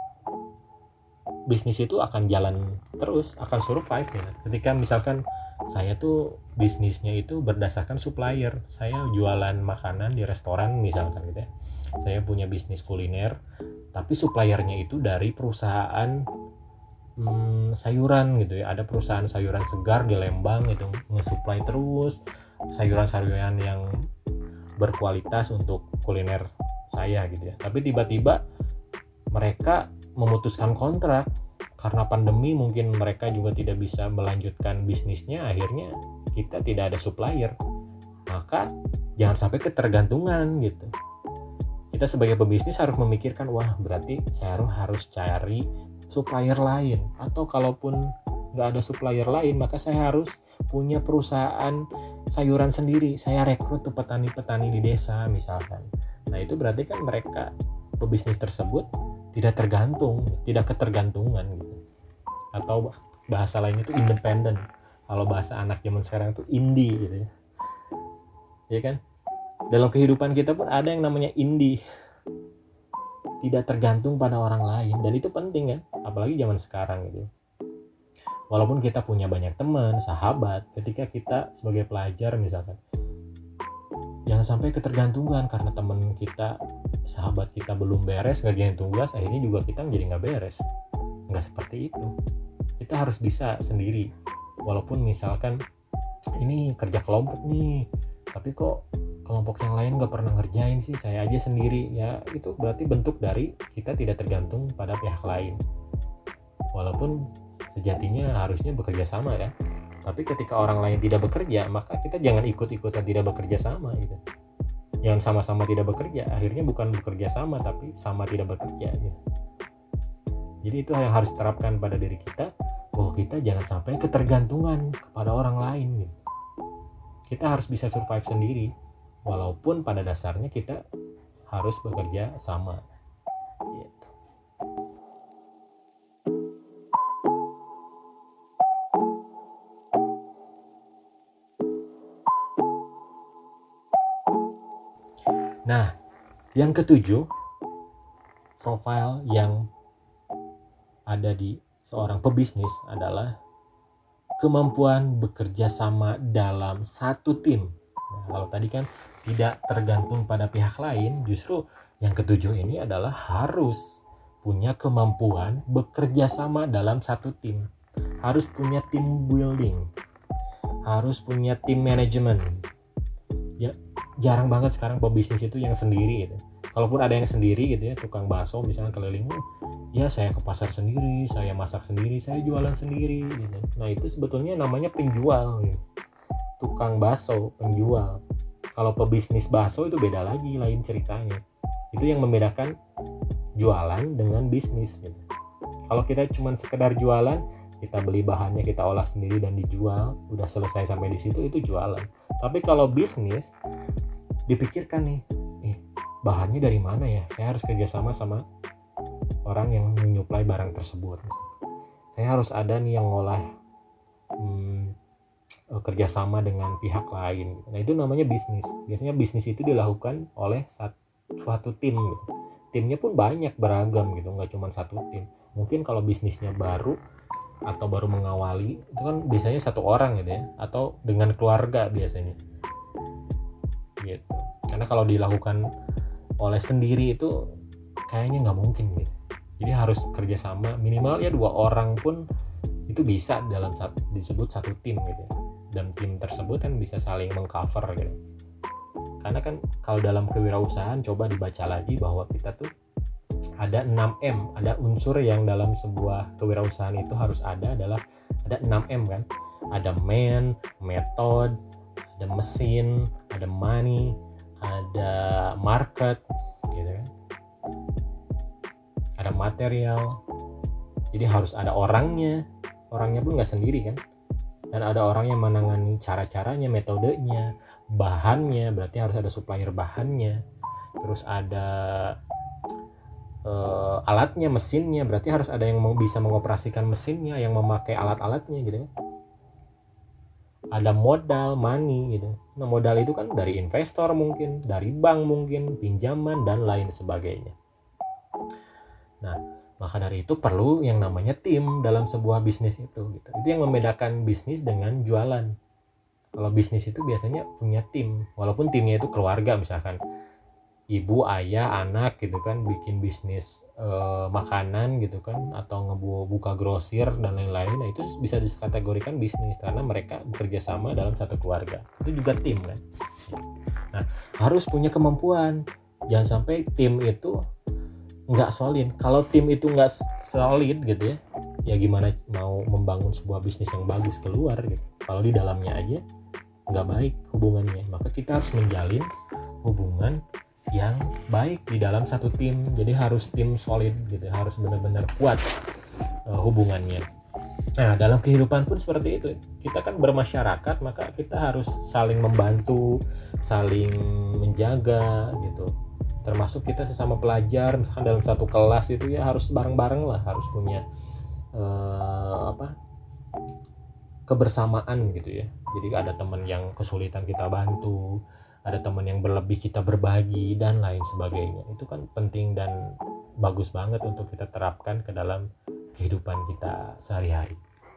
bisnis itu akan jalan terus, akan survive gitu. Ketika misalkan saya tuh bisnisnya itu berdasarkan supplier, saya jualan makanan di restoran misalkan gitu ya, saya punya bisnis kuliner, tapi suppliernya itu dari perusahaan hmm, sayuran gitu ya. Ada perusahaan sayuran segar di Lembang itu nge-supply terus sayuran-sayuran yang berkualitas untuk kuliner saya gitu ya. Tapi tiba-tiba mereka memutuskan kontrak karena pandemi, mungkin mereka juga tidak bisa melanjutkan bisnisnya, akhirnya kita tidak ada supplier. Maka jangan sampai ketergantungan gitu. Kita sebagai pebisnis harus memikirkan, wah berarti saya harus cari supplier lain, atau kalaupun nggak ada supplier lain, maka saya harus punya perusahaan sayuran sendiri, saya rekrut tuh petani-petani di desa misalkan. Nah itu berarti kan mereka, pebisnis tersebut tidak tergantung, tidak ketergantungan gitu. Atau bahasa lainnya itu independen. Kalau bahasa anak zaman sekarang itu indie gitu ya. Ya kan? Dalam kehidupan kita pun ada yang namanya indie. Tidak tergantung pada orang lain, dan itu penting kan, apalagi zaman sekarang gitu. Walaupun kita punya banyak teman, sahabat, ketika kita sebagai pelajar misalkan, jangan sampai ketergantungan karena teman kita, sahabat kita belum beres ngerjain tugas, akhirnya juga kita menjadi nggak beres. Nggak seperti itu. Kita harus bisa sendiri. Walaupun misalkan ini kerja kelompok nih, tapi kok kelompok yang lain nggak pernah ngerjain sih, saya aja sendiri, ya itu berarti bentuk dari kita tidak tergantung pada pihak lain. Walaupun sejatinya harusnya bekerja sama ya. Tapi ketika orang lain tidak bekerja, maka kita jangan ikut-ikutan tidak bekerja sama gitu. Jangan sama-sama tidak bekerja, akhirnya bukan bekerja sama tapi sama tidak bekerja gitu. Jadi itu yang harus diterapkan pada diri kita, bahwa kita jangan sampai ketergantungan kepada orang lain gitu. Kita harus bisa survive sendiri, walaupun pada dasarnya kita harus bekerja sama gitu. Nah, yang ketujuh, profil yang ada di seorang pebisnis adalah kemampuan bekerja sama dalam satu tim. Nah, kalau tadi kan tidak tergantung pada pihak lain, justru yang ketujuh ini adalah harus punya kemampuan bekerja sama dalam satu tim. Harus punya team building, harus punya tim manajemen. Ya, jarang banget sekarang pebisnis itu yang sendiri gitu. Kalaupun ada yang sendiri gitu ya, tukang bakso misalnya keliling, ya saya ke pasar sendiri, saya masak sendiri, saya jualan sendiri gitu. Nah itu sebetulnya namanya penjual gitu. Tukang bakso, penjual. Kalau pebisnis bakso itu beda lagi, lain ceritanya. Itu yang membedakan jualan dengan bisnis gitu. Kalau kita cuma sekedar jualan, kita beli bahannya, kita olah sendiri dan dijual, udah selesai sampai di situ, itu jualan. Tapi kalau bisnis, dipikirkan nih, eh, bahannya dari mana ya? Saya harus kerjasama sama orang yang menyuplai barang tersebut. Saya harus ada nih yang ngolah, hmm, kerjasama dengan pihak lain. Nah itu namanya bisnis. Biasanya bisnis itu dilakukan oleh suatu tim gitu. Timnya pun banyak, beragam gitu, nggak cuma satu tim. Mungkin kalau bisnisnya baru atau baru mengawali, itu kan biasanya satu orang gitu ya, atau dengan keluarga biasanya gitu. Karena kalau dilakukan oleh sendiri itu kayaknya nggak mungkin gitu. Jadi harus kerjasama, minimal ya dua orang pun itu bisa dalam satu, disebut satu tim gitu. Dan tim tersebut kan bisa saling mengcover gitu. Karena kan kalau dalam kewirausahaan, coba dibaca lagi bahwa kita tuh ada enam M, ada unsur yang dalam sebuah kewirausahaan itu harus ada, adalah ada enam M kan. Ada man, method, ada mesin, ada money, ada market, gitu kan. Ada material. Jadi harus ada orangnya. Orangnya pun nggak sendiri kan. Dan ada orang yang menangani cara-caranya, metodenya, bahannya, berarti harus ada supplier bahannya. Terus ada uh, alatnya, mesinnya, berarti harus ada yang mau bisa mengoperasikan mesinnya, yang memakai alat-alatnya gitu kan. Ada modal, money gitu. Nah, modal itu kan dari investor mungkin, dari bank mungkin, pinjaman dan lain sebagainya. Nah, maka dari itu perlu yang namanya tim dalam sebuah bisnis itu gitu. Itu yang membedakan bisnis dengan jualan. Kalau bisnis itu biasanya punya tim, walaupun timnya itu keluarga, misalkan ibu, ayah, anak gitu kan, bikin bisnis eh, makanan gitu kan, atau ngebuka grosir dan lain-lain. Nah, itu bisa dikategorikan bisnis karena mereka bekerja sama dalam satu keluarga. Itu juga tim kan. Nah, harus punya kemampuan. Jangan sampai tim itu nggak solid. Kalau tim itu nggak solid gitu ya, ya gimana mau membangun sebuah bisnis yang bagus keluar gitu. Kalau di dalamnya aja nggak baik hubungannya, maka kita harus menjalin hubungan yang baik di dalam satu tim. Jadi harus tim solid gitu, harus benar-benar kuat uh, hubungannya. Nah, dalam kehidupan pun seperti itu. Kita kan bermasyarakat, maka kita harus saling membantu, saling menjaga gitu. Termasuk kita sesama pelajar, misalkan dalam satu kelas itu ya harus bareng-bareng lah, harus punya uh, apa kebersamaan gitu ya. Jadi ada teman yang kesulitan kita bantu, ada teman yang berlebih kita berbagi dan lain sebagainya. Itu kan penting dan bagus banget untuk kita terapkan ke dalam kehidupan kita sehari-hari.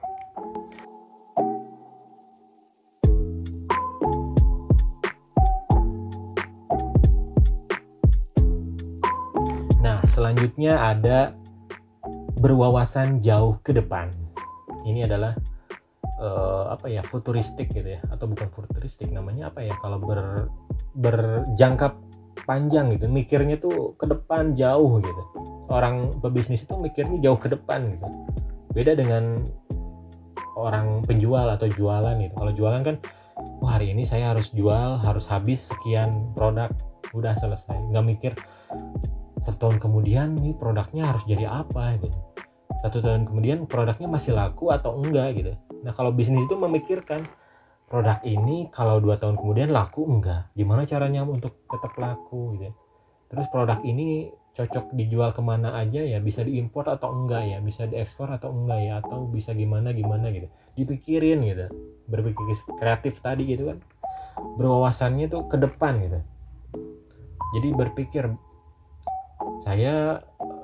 Nah, selanjutnya ada berwawasan jauh ke depan. Ini adalah uh, apa ya, futuristik gitu ya, atau bukan futuristik, namanya apa ya, kalau ber berjangka panjang gitu, mikirnya tuh ke depan jauh gitu. Seorang pebisnis itu mikirnya jauh ke depan gitu. Beda dengan orang penjual atau jualan gitu. Kalau jualan kan, wah hari ini saya harus jual, harus habis sekian produk, udah selesai. Nggak mikir satu tahun kemudian nih produknya harus jadi apa gitu. Satu tahun kemudian produknya masih laku atau enggak gitu. Nah, kalau bisnis itu memikirkan produk ini kalau dua tahun kemudian laku enggak, gimana caranya untuk tetap laku gitu. Terus produk ini cocok dijual kemana aja ya, bisa diimpor atau enggak ya, bisa diekspor atau enggak ya, atau bisa gimana gimana gitu. Dipikirin gitu, berpikir kreatif tadi gitu kan. Berwawasannya tuh ke depan gitu. Jadi berpikir, saya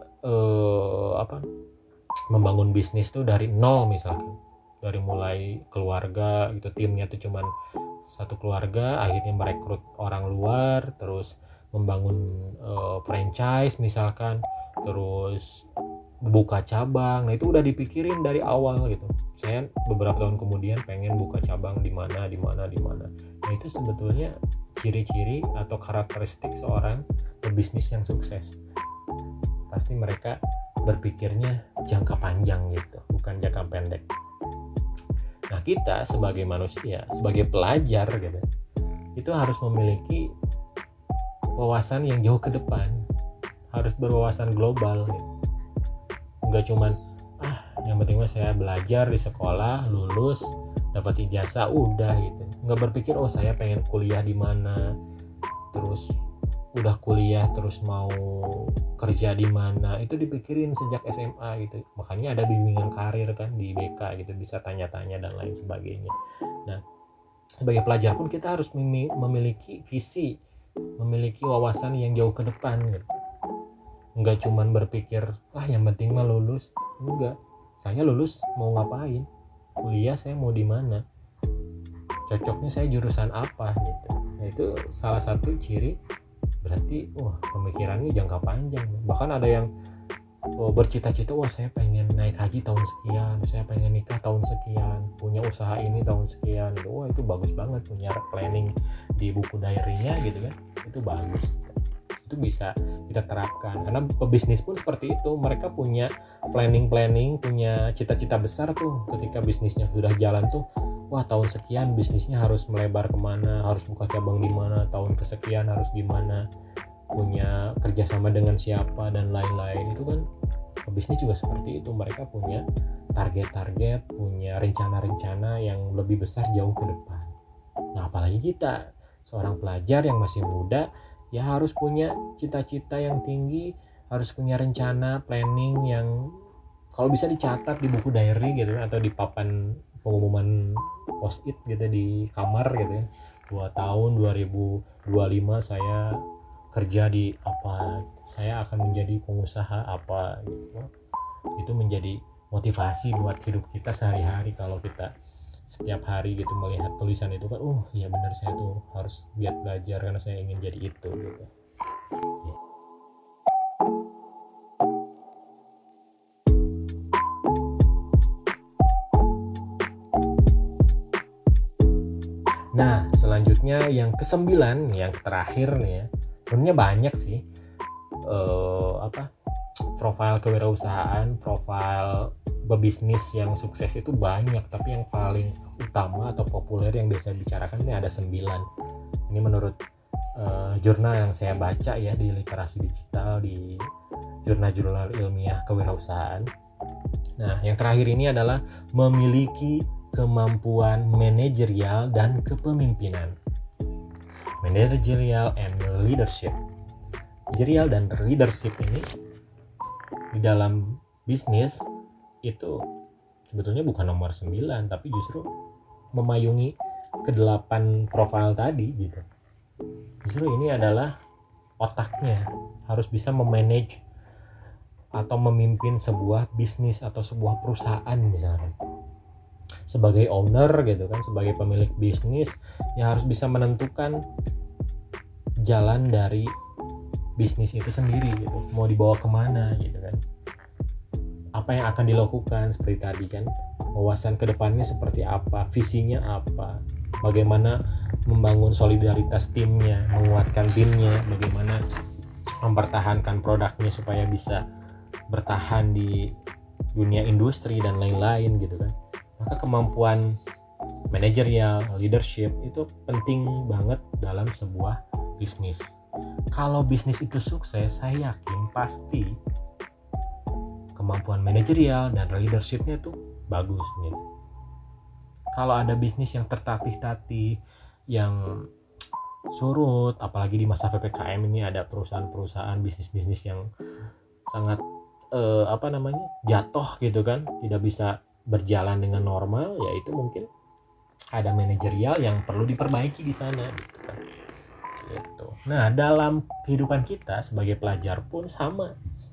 eh, apa membangun bisnis tuh dari nol misalkan, dari mulai keluarga gitu, timnya tuh cuman satu keluarga, akhirnya merekrut orang luar, terus membangun uh, franchise misalkan, terus buka cabang. Nah, itu udah dipikirin dari awal gitu. Saya beberapa tahun kemudian pengen buka cabang di mana, di mana, di mana. Nah, itu sebetulnya ciri-ciri atau karakteristik seorang pebisnis yang sukses. Pasti mereka berpikirnya jangka panjang gitu, bukan jangka pendek. Nah, kita sebagai manusia, sebagai pelajar gitu, itu harus memiliki wawasan yang jauh ke depan, harus berwawasan global gitu. Enggak cuman ah yang penting mah saya belajar di sekolah, lulus, dapat ijazah, udah gitu. Enggak berpikir oh saya pengen kuliah di mana, terus udah kuliah terus mau kerja di mana, itu dipikirin sejak S M A gitu. Makanya ada bimbingan karir kan di B K gitu, bisa tanya-tanya dan lain sebagainya. Nah, sebagai pelajar pun kita harus memiliki visi, memiliki wawasan yang jauh ke depan gitu. Enggak cuman berpikir ah yang penting mah lulus. Enggak, saya lulus mau ngapain, kuliah saya mau di mana, cocoknya saya jurusan apa gitu. Nah, itu salah satu ciri berarti wah pemikirannya jangka panjang. Bahkan ada yang oh, bercita-cita wah saya pengen naik haji tahun sekian, saya pengen nikah tahun sekian, punya usaha ini tahun sekian. Wah itu bagus banget, punya planning di buku diary-nya gitu kan, itu bagus. Itu bisa kita terapkan karena pebisnis pun seperti itu. Mereka punya planning-planning, punya cita-cita besar tuh ketika bisnisnya sudah jalan tuh. wah tahun sekian bisnisnya harus melebar kemana, harus buka cabang di mana, tahun kesekian harus gimana, punya kerjasama dengan siapa dan lain-lain. Itu kan bisnis juga seperti itu, mereka punya target-target, punya rencana-rencana yang lebih besar jauh ke depan. Nah apalagi kita seorang pelajar yang masih muda, ya harus punya cita-cita yang tinggi, harus punya rencana, planning yang kalau bisa dicatat di buku diary gitu atau di papan pengumuman post-it gitu di kamar gitu ya. Dua tahun dua ribu dua puluh lima saya kerja di apa, saya akan menjadi pengusaha apa gitu. Itu menjadi motivasi buat hidup kita sehari-hari. Kalau kita setiap hari gitu melihat tulisan itu kan, oh iya benar, saya tuh harus giat belajar karena saya ingin jadi itu gitu. Ya. Nah selanjutnya yang kesembilan, yang terakhir nih ya, sebenarnya banyak sih uh, apa profil kewirausahaan, profil pebisnis yang sukses itu banyak, tapi yang paling utama atau populer yang biasa bicarakan ini ada sembilan. Ini menurut uh, jurnal yang saya baca ya di literasi digital, di jurnal-jurnal ilmiah kewirausahaan. Nah yang terakhir ini adalah memiliki kemampuan manajerial dan kepemimpinan. Managerial and leadership. Managerial dan leadership ini di dalam bisnis itu sebetulnya bukan nomor sembilan, tapi justru memayungi kedelapan profil tadi gitu. Justru ini adalah otaknya, harus bisa memanage atau memimpin sebuah bisnis atau sebuah perusahaan misalkan. Sebagai owner gitu kan, sebagai pemilik bisnis ya harus bisa menentukan jalan dari bisnis itu sendiri gitu, mau dibawa kemana gitu kan, apa yang akan dilakukan seperti tadi kan, wawasan kedepannya seperti apa, visinya apa, bagaimana membangun solidaritas timnya, menguatkan timnya, bagaimana mempertahankan produknya supaya bisa bertahan di dunia industri dan lain-lain gitu kan. Maka kemampuan manajerial, leadership itu penting banget dalam sebuah bisnis. Kalau bisnis itu sukses, saya yakin pasti kemampuan manajerial dan leadershipnya tuh bagus gitu. Kalau ada bisnis yang tertatih-tatih, yang surut, apalagi di masa P P K M ini ada perusahaan-perusahaan bisnis-bisnis yang sangat eh, apa namanya jatuh gitu kan, tidak bisa berjalan dengan normal, ya itu mungkin ada manajerial yang perlu diperbaiki di sana gitu kan. Gitu. Nah dalam kehidupan kita sebagai pelajar pun sama,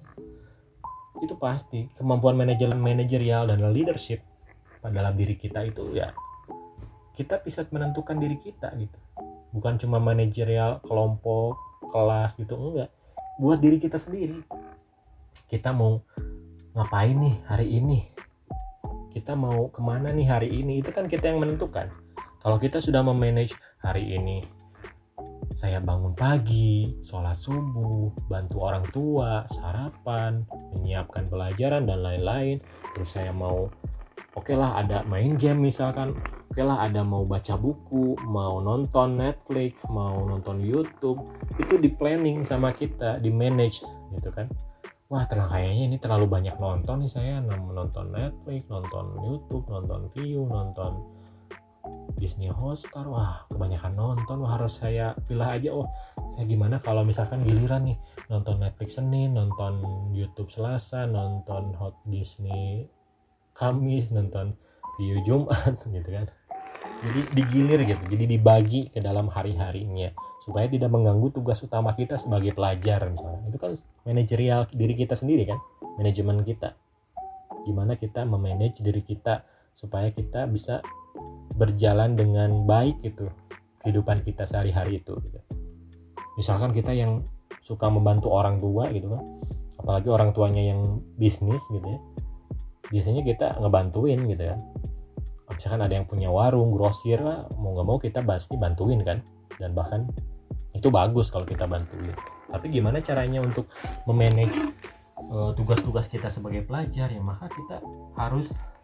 itu pasti kemampuan manajerial, manajerial dan leadership dalam diri kita itu ya kita bisa menentukan diri kita gitu, bukan cuma manajerial kelompok, kelas gitu, enggak, buat diri kita sendiri. Kita mau ngapain nih hari ini, kita mau kemana nih hari ini, itu kan kita yang menentukan. Kalau kita sudah memanage hari ini, saya bangun pagi, sholat subuh, bantu orang tua, sarapan, menyiapkan pelajaran dan lain-lain. Terus saya mau, oke okay lah ada main game misalkan, oke okay lah ada mau baca buku, mau nonton Netflix, mau nonton YouTube. Itu di planning sama kita, di manage gitu kan. Wah terlalu kayaknya ini terlalu banyak nonton nih saya, nonton Netflix, nonton YouTube, nonton Viu, nonton Disney Hotstar, wah kebanyakan nonton, wah harus saya pilih aja. Oh saya gimana kalau misalkan giliran nih nonton Netflix Senin, nonton YouTube Selasa, nonton Hot Disney Kamis, nonton Viu Jumat gitu kan. Jadi digilir gitu, jadi dibagi ke dalam hari-harinya supaya tidak mengganggu tugas utama kita sebagai pelajar misalnya. Itu kan manajerial diri kita sendiri kan, manajemen kita, gimana kita memanage diri kita supaya kita bisa berjalan dengan baik gitu kehidupan kita sehari-hari itu gitu. Misalkan kita yang suka membantu orang tua gitu kan, apalagi orang tuanya yang bisnis gitu ya, biasanya kita ngebantuin gitu kan. Misalkan ada yang punya warung, grosir lah, mau gak mau kita pasti bantuin kan, dan bahkan itu bagus kalau kita bantuin. Tapi gimana caranya untuk memanage uh, tugas-tugas kita sebagai pelajar ya, maka kita harus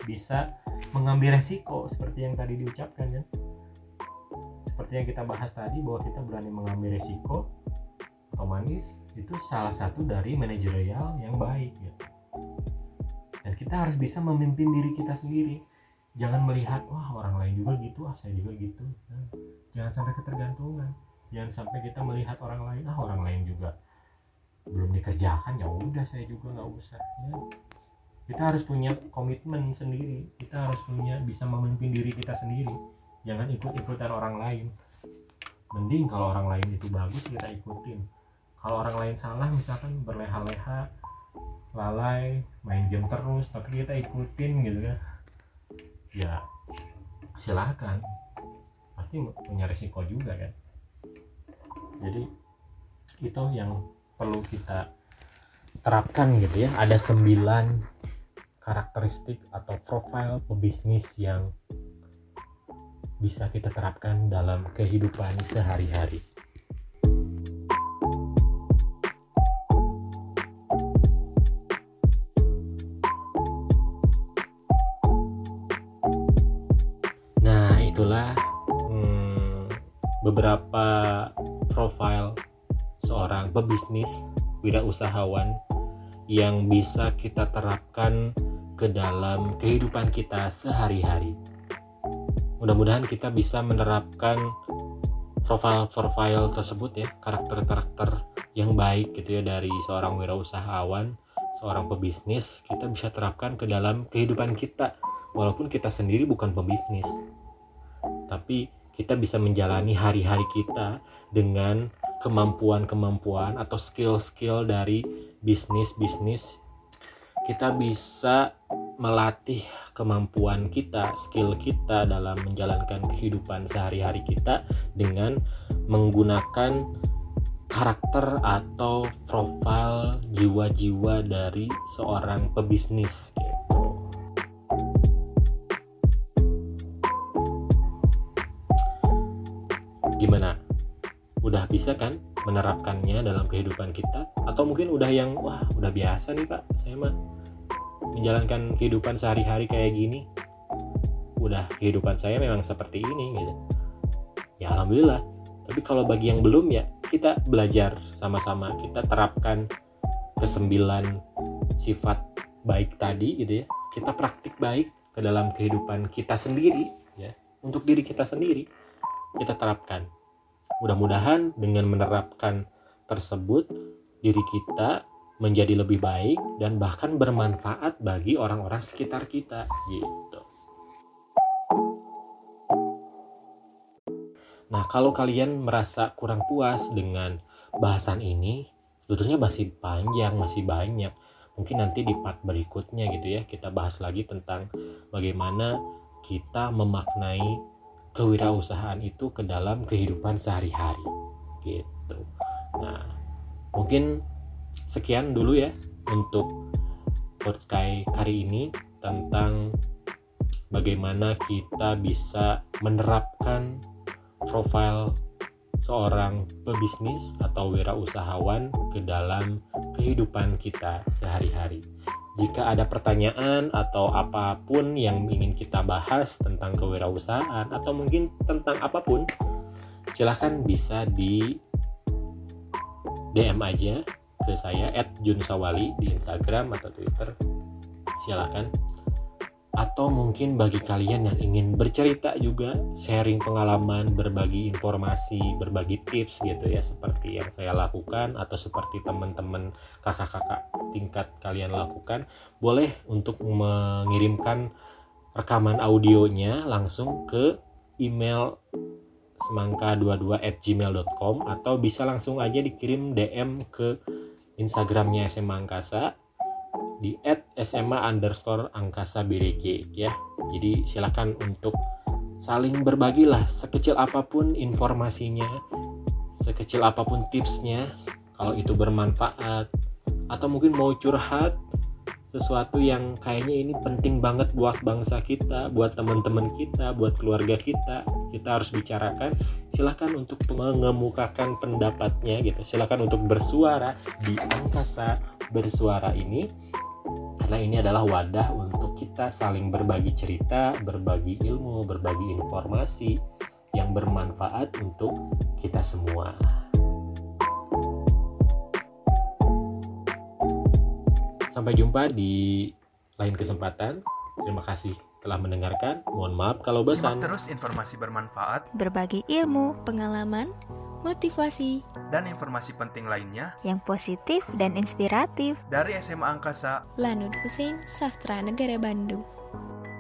bisa mengambil resiko seperti yang tadi diucapkan kan. Seperti yang kita bahas tadi bahwa kita berani mengambil resiko, otomatis itu salah satu dari manajerial yang baik ya. Dan kita harus bisa memimpin diri kita sendiri. Jangan melihat wah orang lain juga gitu, ah saya juga gitu. Nah, jangan sampai ketergantungan. Jangan sampai kita melihat orang lain, ah orang lain juga belum dikerjakan, ya udah saya juga nggak usah. Ya. Kita harus punya komitmen sendiri. Kita harus punya bisa memimpin diri kita sendiri. Jangan ikut-ikutan orang lain. Mending kalau orang lain itu bagus kita ikutin. Kalau orang lain salah misalkan berleha-leha, lalai, main game terus, tapi kita ikutin gitu kan. Ya silakan, pasti punya risiko juga kan. Jadi itu yang perlu kita terapkan gitu ya. Ada sembilan karakteristik atau profil pebisnis yang bisa kita terapkan dalam kehidupan sehari-hari. Nah, itulah hmm, beberapa profil seorang pebisnis wirausahawan yang bisa kita terapkan ke dalam kehidupan kita sehari-hari. Mudah-mudahan kita bisa menerapkan profil-profil tersebut ya, karakter-karakter yang baik gitu ya dari seorang wirausahawan, seorang pebisnis, kita bisa terapkan ke dalam kehidupan kita. Walaupun kita sendiri bukan pebisnis, tapi kita bisa menjalani hari-hari kita dengan kemampuan-kemampuan atau skill-skill dari bisnis-bisnis. Kita bisa melatih kemampuan kita, skill kita dalam menjalankan kehidupan sehari-hari kita dengan menggunakan karakter atau profil jiwa-jiwa dari seorang pebisnis gitu. Gimana? Udah bisa kan menerapkannya dalam kehidupan kita? Atau mungkin udah yang wah udah biasa nih Pak, saya mah menjalankan kehidupan sehari-hari kayak gini, udah kehidupan saya memang seperti ini gitu. Ya alhamdulillah. Tapi kalau bagi yang belum ya kita belajar sama-sama, kita terapkan kesembilan sifat baik tadi gitu ya. Kita praktik baik ke dalam kehidupan kita sendiri ya, untuk diri kita sendiri kita terapkan. Mudah-mudahan dengan menerapkan tersebut diri kita menjadi lebih baik dan bahkan bermanfaat bagi orang-orang sekitar kita gitu. Nah, kalau kalian merasa kurang puas dengan bahasan ini, sebetulnya masih panjang, masih banyak. Mungkin nanti di part berikutnya gitu ya, kita bahas lagi tentang bagaimana kita memaknai kewirausahaan itu ke dalam kehidupan sehari-hari gitu. Nah, mungkin sekian dulu ya untuk podcast kali ini tentang bagaimana kita bisa menerapkan profil seorang pebisnis atau wirausahawan ke dalam kehidupan kita sehari-hari. Jika ada pertanyaan atau apapun yang ingin kita bahas tentang kewirausahaan atau mungkin tentang apapun, silahkan bisa di D M aja ke saya et junsawali di Instagram atau Twitter. Silahkan. Atau mungkin bagi kalian yang ingin bercerita juga, sharing pengalaman, berbagi informasi, berbagi tips gitu ya, seperti yang saya lakukan atau seperti teman-teman kakak-kakak tingkat kalian lakukan, boleh untuk mengirimkan rekaman audionya langsung ke email semangka dua puluh dua at gmail dot com atau bisa langsung aja dikirim D M ke Instagramnya S M A Angkasa di et sma underscore angkasa bdg ya. Jadi silakan untuk saling berbagilah sekecil apapun informasinya, sekecil apapun tipsnya, kalau itu bermanfaat atau mungkin mau curhat sesuatu yang kayaknya ini penting banget buat bangsa kita, buat teman-teman kita, buat keluarga kita, kita harus bicarakan. Silakan untuk mengemukakan pendapatnya gitu. Silakan untuk bersuara di Angkasa Bersuara ini. Karena ini adalah wadah untuk kita saling berbagi cerita, berbagi ilmu, berbagi informasi yang bermanfaat untuk kita semua. Sampai jumpa di lain kesempatan. Terima kasih telah mendengarkan. Mohon maaf kalau bosan. Simak terus informasi bermanfaat, Berbagi ilmu, pengalaman, motivasi dan informasi penting lainnya yang positif dan inspiratif. dari S M A Angkasa Lanud Hussein Sastra Negara Bandung.